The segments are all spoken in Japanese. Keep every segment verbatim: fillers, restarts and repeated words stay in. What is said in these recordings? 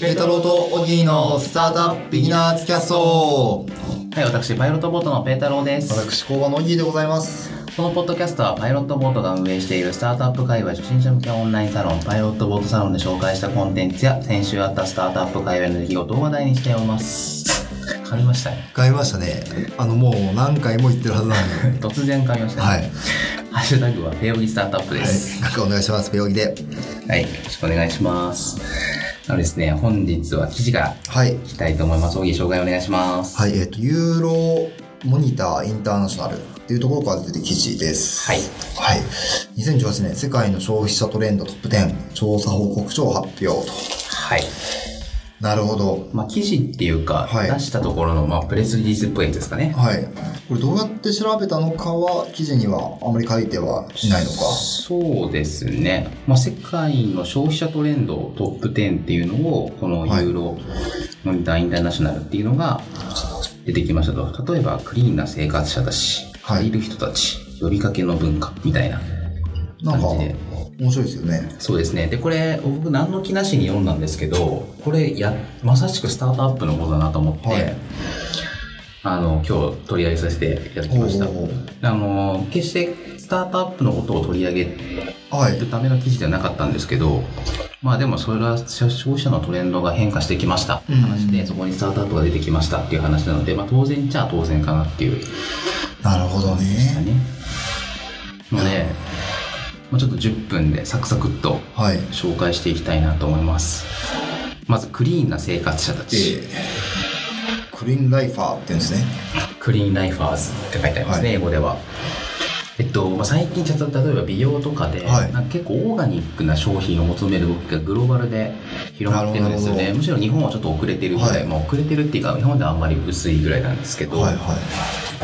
ペータローとオギーのスタートアップビギナーズキャスト。 はい、私パイロットボートのペータローです。 私工場のオギーでございます。 このポッドキャストはパイロットボートが運営しているスタートアップ界隈初心者向けオンラインサロンパイロットボートサロンで紹介したコンテンツや先週あったスタートアップ界隈の出来事を話題にしております。噛みましたね。 噛みましたね。あのもう何回も言ってるはずなのに突然噛みましたね。 はい。 ハッシュタグはペオギスタートアップです。 はい、なんかお願いします。ペオギで。 はい、よろしくお願いします。あのですね、本日は記事からいきたいと思います。オギー紹介お願いします。 はい、えっとユーロモニターインターナショナルっていうところから出てる記事です。 はい。 はい。にせんじゅうはちねん世界の消費者トレンドトップじゅう調査報告書を発表と。 はい。 なるほど。 まあ記事っていうか、はい、出したところのまあプレスリリースっぽいやつですかね。 はい。これどうやって調べたのかは記事にはあまり書いてはいないのか。 そうですね。まあ世界の消費者トレンドトップじゅうっていうのをこのユーロモニターインターナショナルっていうのが出てきましたと。例えばクリーンな生活者たち、借りる人たち、呼びかけの文化みたいな感じで。 面白いですよね。 そうですね。で、これ、僕何の気なしに読んだんですけど、これや、まさしくスタートアップのことだなと思って、はい、あの、今日取り上げさせていただきました。あの、決してスタートアップのことを取り上げるための記事ではなかったんですけど、はい、まあでもそれは消費者のトレンドが変化してきましたって話で、うん、そこにスタートアップが出てきましたっていう話なので、まあ当然っちゃ当然かなっていう。 なるほどね。 ので、まあ、ちょっとじゅっぷんでサクサクっと紹介していきたいなと思います。はい、まずクリーンな生活者たち、えー、クリーンライファーって言うんですね。 クリーンライファーズって書いてありますね、はい、英語では。えっとまあ、最近ちょっと例えば美容とかで、はい、なんか結構オーガニックな商品を求める動きがグローバルで広まってるんですよね。むしろ日本はちょっと遅れてるぐらい、はい、もう遅れてるっていうか日本ではあんまり薄いぐらいなんですけど、はいはい、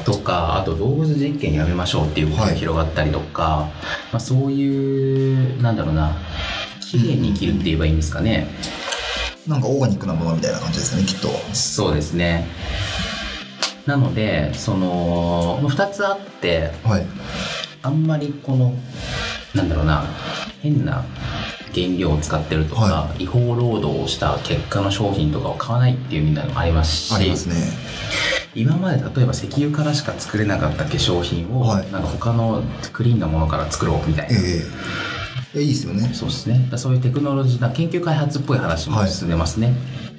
とかあと動物実験やめましょうっていう動きが広がったりとか、はいまあ、そういうなんだろうな綺麗に生きるって言えばいいんですかね、 うん、なんかオーガニックなものみたいな感じですねきっと。 そうですね。なのでそのふたつあって、はい、あんまりこのなんだろうな変な原料を使ってるとか、はい、違法労働をした結果の商品とかを買わないっていうみんなのもありますし、 ありますね。 今まで例えば石油からしか作れなかった化粧品を、はい、なんか他のクリーンなものから作ろうみたいな、 えー、いいですよね。 そうですね。そういうテクノロジーな研究開発っぽい話も進んでますね、はい、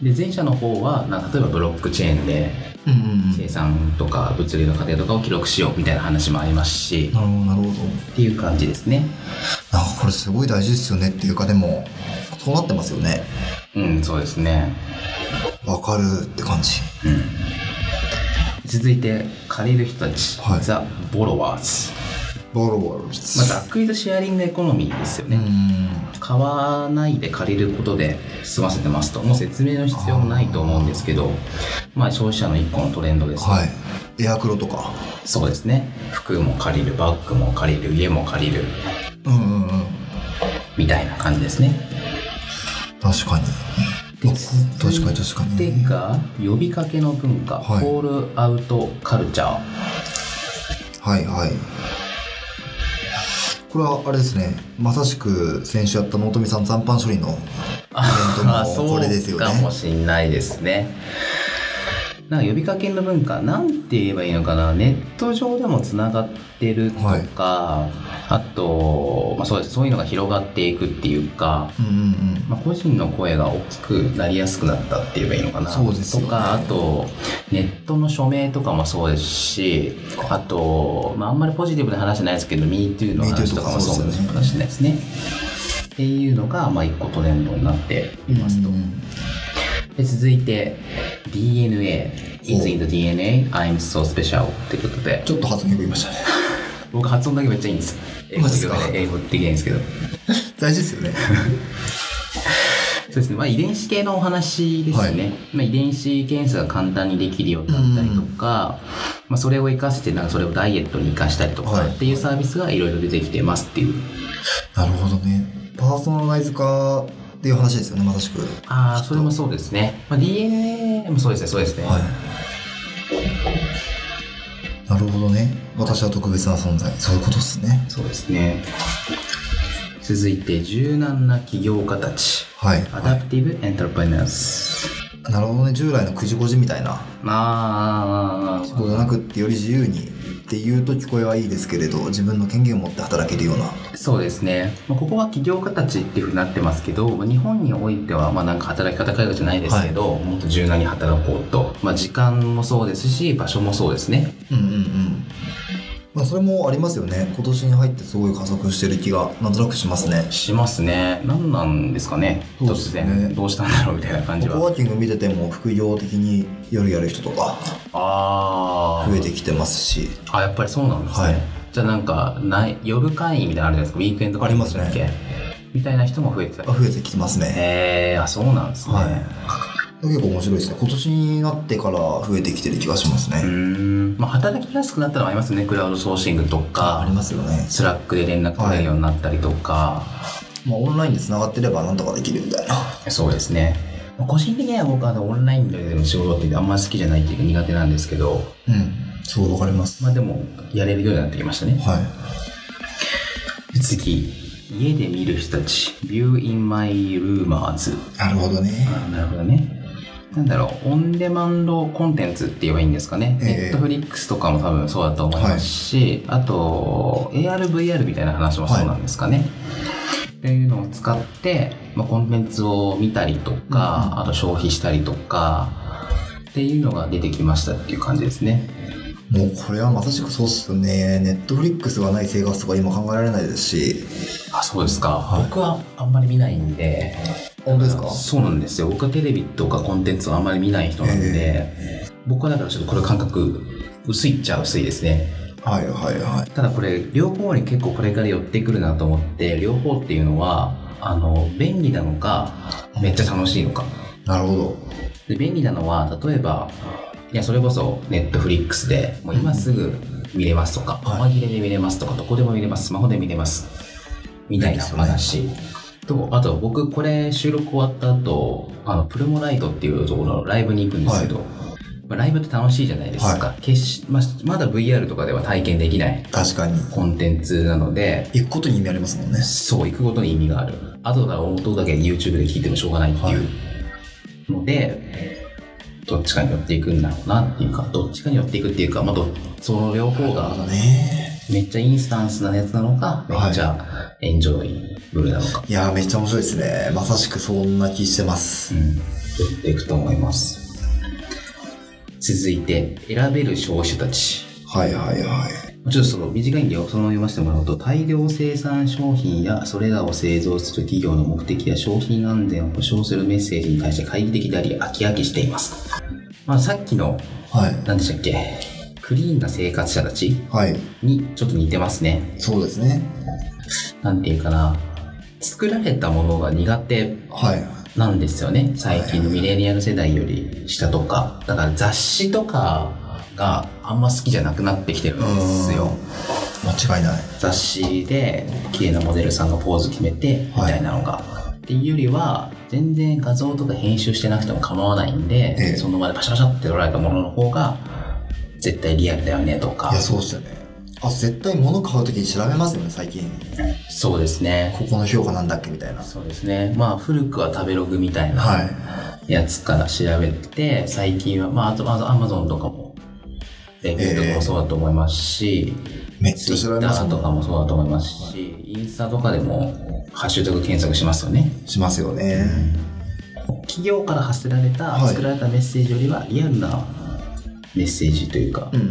で前者の方はなんか例えばブロックチェーンで生産とか物流の過程とかを記録しようみたいな話もありますし、 なるほどなるほどっていう感じですね。 なんかこれすごい大事ですよねっていうかでもそうなってますよね。 うんそうですね。 わかるって感じ、うん、 続いて借りる人たち、はい、ザ・ボロワーズ。 ボロワーズ、 まあ、ざっくりとシェアリングエコノミーですよね。うん買わないで借りることで済ませてますと。もう説明の必要もないと思うんですけど、まあ消費者の一個のトレンドですね。はい。 エアクロとか。 そうですね。服も借りる、バッグも借りる、家も借りる。 うんうんうん。 みたいな感じですね。 確かに。確かに確かに。 てか呼びかけの文化、はい、コールアウトカルチャー。 はいはい。これはあれですね。まさしく先週やった納富さん残飯処理のイベントもこれですよね。 そうかもしんないですね。なんか呼びかけの文化なんて言えばいいのかな。ネット上でもつながってるとか、はい、あと、まあ、そうです。そういうのが広がっていくっていうか、うんうんうんまあ、個人の声が大きくなりやすくなったって言えばいいのかな。 そうですよね。 とかあとネットの署名とかもそうですし、あと、まあ、あんまりポジティブな話じゃないですけど ミートゥー の話とかもそうかもしれないですね。っていうのがまあ一個トレンドになっていますと。うんうんで続いて ディーエヌエー It's in the ディーエヌエーI'm so special ってことでちょっと発音よく言いましたね。 僕発音だけめっちゃいいんです。英語的に英語的なんですけど大事ですよねそうですね、まあ、遺伝子系のお話ですね、はいまあ、遺伝子検査が簡単にできるようになったりとか、まあ、それを活かしてなんかそれをダイエットに活かしたりとかっていうサービスがいろいろ出てきてますっていう、 はい、なるほどね。パーソナライズ化っていう話ですよね、まさしく。 ああ、それもそうですね。まあ、ディーエヌエー もそうですね、そうですね。はい。 なるほどね。私は特別な存在。そういうことですね。 そうですね。 続いて柔軟な起業家たち、 はい、 アダプティブエントレプレナーズ。 なるほどね。従来のくじこじみたいな、 あそうじゃなくってより自由にっていうと聞こえはいいですけれど、自分の権限を持って働けるような。 そうですね。ここは起業家たちっていうふうになってますけど、日本においてはまあなんか働き方改革じゃないですけど、はい、もっと柔軟に働こうと、まあ、時間もそうですし場所もそうですね。 うんうんうん。まあ、それもありますよね。今年に入ってすごい加速してる気がなんとなくしますね。 しますね。何なんですかね。 そうですね。 突然どうしたんだろうみたいな感じは。 コワーキング見てても副業的に夜やる人とかあ増えてきてますし。 あ、やっぱりそうなんですね。はい、じゃあなんかない夜会員みたいなのあるじゃないですか。ウィークエンド会員ありますね。 みたいな人も増えてた。 増えてきてますね。 へえ、あ、そうなんですね。はい、 結構面白いですね。今年になってから増えてきてる気がしますね。 うーん、まあ、働きやすくなったのもありますね。クラウドソーシングとかありますよね。 スラックで連絡取れるようになったりとか、はい、 まあ、オンラインでつながってればなんとかできるみたいな。 そうですね。個人的には僕はあのオンラインでの仕事ってあんまり好きじゃないっていうか苦手なんですけど、 うん、そうわかります。 まあでもやれるようになってきましたね。 はい。 次、家で見る人たち View in my rumors。 なるほどね。 あ、なるほどね。なんだろう、オンデマンドコンテンツって言えばいいんですかね。ネットフリックスとかも多分そうだと思いますし、はい、あと エーアールブイアール みたいな話もそうなんですかね、はい、っていうのを使って、まあ、コンテンツを見たりとか、うん、あと消費したりとかっていうのが出てきましたっていう感じですね。 もうこれはまさしくそうっすよね。ネットフリックスがない生活とか今考えられないですし。 あ、そうですか。はい、僕はあんまり見ないんで。 本当ですか？ そうなんですよ。僕はテレビとかコンテンツをあんまり見ない人なんで、えー、僕はだからちょっとこれ感覚薄いっちゃ薄いですね。 はいはいはい。 ただこれ両方に結構これから寄ってくるなと思って、両方っていうのはあの便利なのかめっちゃ楽しいのか。 なるほど。 で便利なのは例えばいやそれこそネットフリックスでもう今すぐ見れますとか、細、うん、切れで見れますとか、どこでも見れます、スマホで見れますみたいな話。と、あと僕これ収録終わった後、あのプルモライトっていうところのライブに行くんですけど、はい、まあ、ライブって楽しいじゃないですか、はい、決し ま, まだ ブイアール とかでは体験できない確かにコンテンツなので、 行くことに意味ありますもんね。 そう、行くことに意味がある。後から音だけ YouTube で聞いてもしょうがないっていうので、はい、どっちかに寄っていくんだろうなっていうか、どっちかに寄っていくっていうか、まあ、その両方がめっちゃインスタンスなやつなのか、めっちゃエンジョイブルなのか。 いやーめっちゃ面白いですね。まさしくそんな気してます。 うん。寄っていくと思います。続いて、選べる消費者たち。 はいはいはい。 ちょっとその短いんでそのまま読ませてもらうと、大量生産商品やそれらを製造する企業の目的や商品安全を保証するメッセージに対して懐疑的であり飽き飽きしています。まあさっきの、はい、何でしたっけ、クリーンな生活者たちにちょっと似てますね。 そうですね。 なんていうかな、作られたものが苦手なんですよね、はい、最近のミレニアル世代より下とか。だから雑誌とかがあんま好きじゃなくなってきてるんですよ。 間違いない。 雑誌で綺麗なモデルさんがポーズ決めてみたいなのが、はい、っていうよりは全然画像とか編集してなくても構わないんで、ええ、その場でパシャパシャって撮られたものの方が絶対リアルだよねとか。 いやそうですよね。あ、絶対物買うときに調べますよね最近。 そうですね。 ここの評価なんだっけみたいな。 そうですね。まあ古くは食べログみたいなやつから調べて、はい、最近はまああとまず Amazon とかもレビューとかもそうだと思いますし、 えー、めっちゃ調べますね。 Twitter とかもそうだと思いますし、インスタとかでもハッシュタグ検索しますよね。 しますよね。 企業から発せられた、はい、作られたメッセージよりはリアルなメッセージというか、うんうん、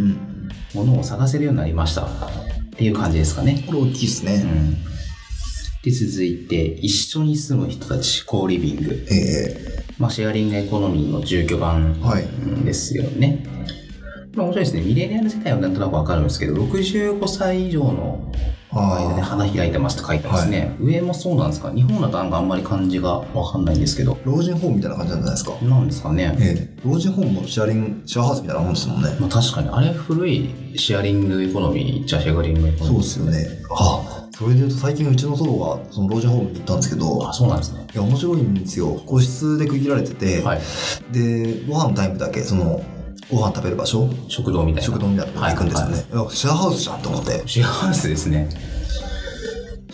ものを探せるようになりましたっていう感じですかね。 これ大きいですね。うん、 で続いて一緒に住む人たち、コーリビング、えーまあ、シェアリングエコノミーの住居版ですよね。はい、まあ、面白いですね。ミレニアル世代はなんとなくわかるんですけど、ろくじゅうごさい以上の間で花開いてますって書いてますね。はい、上もそうなんですか。日本だとなんかあんまり漢字がわかんないんですけど。 老人ホームみたいな感じなんじゃないですか。 なんですかね。 ええ、老人ホームもシェアリング、シェアハウスみたいなもんですもんね。 まあ確かに。あれ古いシェアリングエコノミー、じゃあシェアリングエコノミー。 そうですよね。ああ、それで言うと最近うちの祖母がその老人ホームに行ったんですけど。 あ、そうなんですね。 いや、面白いんですよ。個室で区切られてて、はい、で、ご飯のタイムだけ、その、ご飯食べる場所、 食堂みたいな。 食堂みたいなところに行くんですよね。はいはいはい、シェアハウスじゃんと思って。 シェアハウスですね。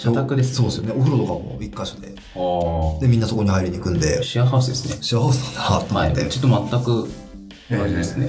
社宅です。 そうですよね。お風呂とかも一箇所で。で、みんなそこに入りに行くんで。 シェアハウスですね。 シェアハウスだなと思って。 はい。ちょっと全く同じですね。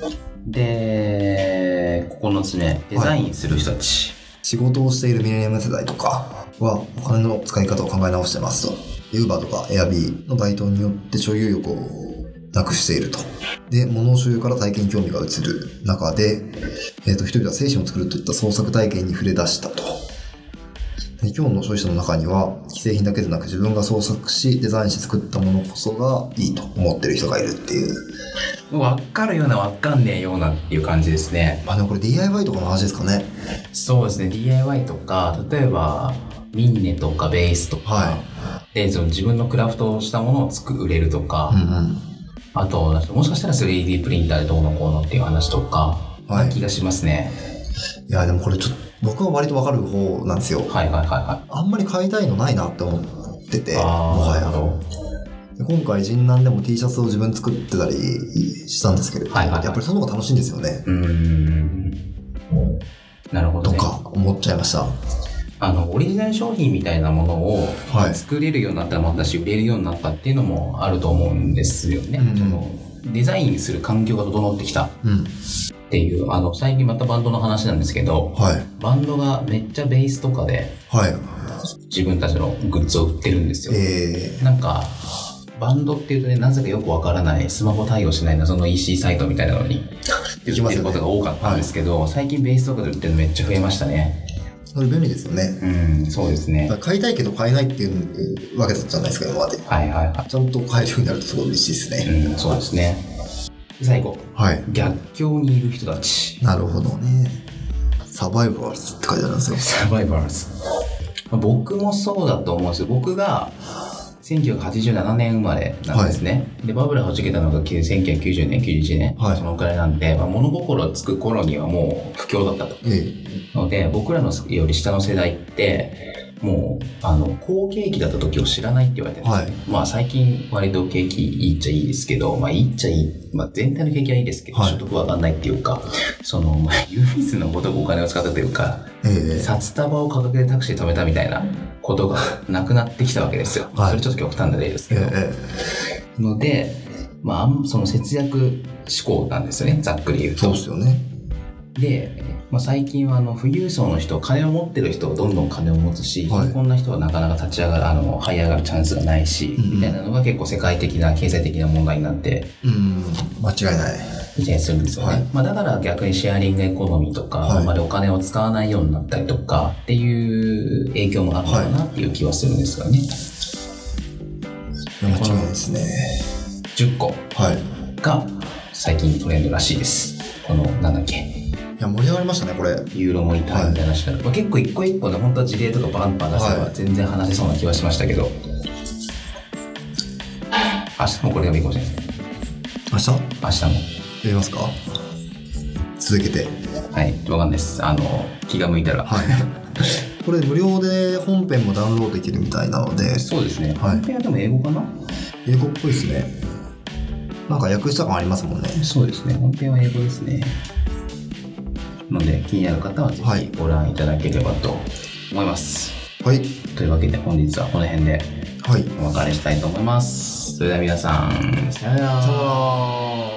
で、ここのつめ、デザインする人たち、 はい。仕事をしているミレニアム世代とかは、お金の使い方を考え直してますと。で、Uber とか Airb の台頭によって所有欲をなくしていると。で、物の所有から体験興味が移る中で、えっと、人々は精神を作るといった創作体験に触れ出したと。で、今日の消費者の中には、既製品だけでなく自分が創作し、デザインして作ったものこそがいいと思ってる人がいるっていう。 わかるようなわかんねえようなっていう感じですね。 まあでもこれ ディーアイワイ とかの話ですかね。 そうですね。ディーアイワイ とか、例えば、ミンネとかベースとか、はい、で、その自分のクラフトをしたものを作売れるとか、うんうん、あと、もしかしたら スリーディー プリンターでどうのこうのっていう話とか、はい、気がしますね。 いや、でもこれちょっと、僕は割とわかる方なんですよ。 はいはいはいはい。 あんまり買いたいのないなって思ってて、もはや。今回、神南でも T シャツを自分作ってたりしたんですけれど、はいはいはい、やっぱりその方が楽しいんですよね。うーん。 なるほど、ね。 とか思っちゃいました。 あの、オリジナル商品みたいなものを作れるようになったらまたし、売れるようになったっていうのもあると思うんですよね。うん、そのデザインする環境が整ってきたっていう、うん、あの、最近またバンドの話なんですけど、はい、バンドがめっちゃベースとかで、はい、自分たちのグッズを売ってるんですよ。えー、なんか、バンドっていうとね、なぜかよくわからないスマホ対応しない謎の イーシー サイトみたいなのに売ってることが多かったんですけど、はい、最近ベースとかで売ってるのめっちゃ増えましたね。 それ便利ですよね。 うん、そうですね。 買いたいけど買えないっていうわけだったじゃないですか、今まで。はいはいはい。ちゃんと買えるようになるとすごい嬉しいですね。 うん、そうですね。最後。はい。逆境にいる人たち。 なるほどね。サバイバーズって書いてあるんですよ。 サバイバーズ。僕もそうだと思うんですよ。僕が、せんきゅうひゃくはちじゅうななねん生まれなんですね。はい、で、バブルはじけたのがせんきゅうひゃくきゅうじゅうねん、きゅうじゅういちねん。はい、そのくらいなんで、まあ、物心つく頃にはもう不況だったと。ええ、ので、僕らのより下の世代って、もう、あの、好景気だった時を知らないって言われてるんですよ。はい、まあ最近割と景気いいっちゃいいですけど、まあいいっちゃいい。まあ全体の景気はいいですけど、はい、所得は上がんないっていうか、その、まあ唯一のごとくお金を使ったというか、ええ、札束を価格でタクシー止めたみたいなことがなくなってきたわけですよ。はい、それちょっと極端な例ですけど。ええ、ので、まあその節約志向なんですよね、ざっくり言うと。 そうですよね。 で、まあ、最近はあの富裕層の人、金を持ってる人はどんどん金を持つし、はい、こんな人はなかなか立ち上がる、あの、這い上がるチャンスがないし、うんうん、みたいなのが結構世界的な経済的な問題になって、 うん、間違いない。 みたいにするんですよね。はい、まあ、だから逆にシェアリングエコノミーとか、はい、あまりお金を使わないようになったりとかっていう影響もあるのかなっていう気はするんですがね。 はい、間違いないですね。 じゅっこが最近トレンドらしいです。この、なんだっけ。 いや、盛り上がりましたね、これ。 ユーロモニターみたいな話から、はい、まあ、結構一個一個で本当は事例とかバンバン出せば全然話せそうな気はしましたけど、はい、明日もこれでもいいかもしれない。 明日？明日も。やりますか？続けて。 はい、わかんないです。あの、気が向いたら。はい。 これ無料で本編もダウンロードできるみたいなので。 そうですね。はい、本編はでも英語かな？ 英語っぽいですね。なんか訳した感ありますもんね。 そうですね。本編は英語ですね。ので気になる方はぜひご覧いただければと思います。はい。というわけで本日はこの辺でお別れしたいと思います。それでは皆さん、さよなら。 さよなら。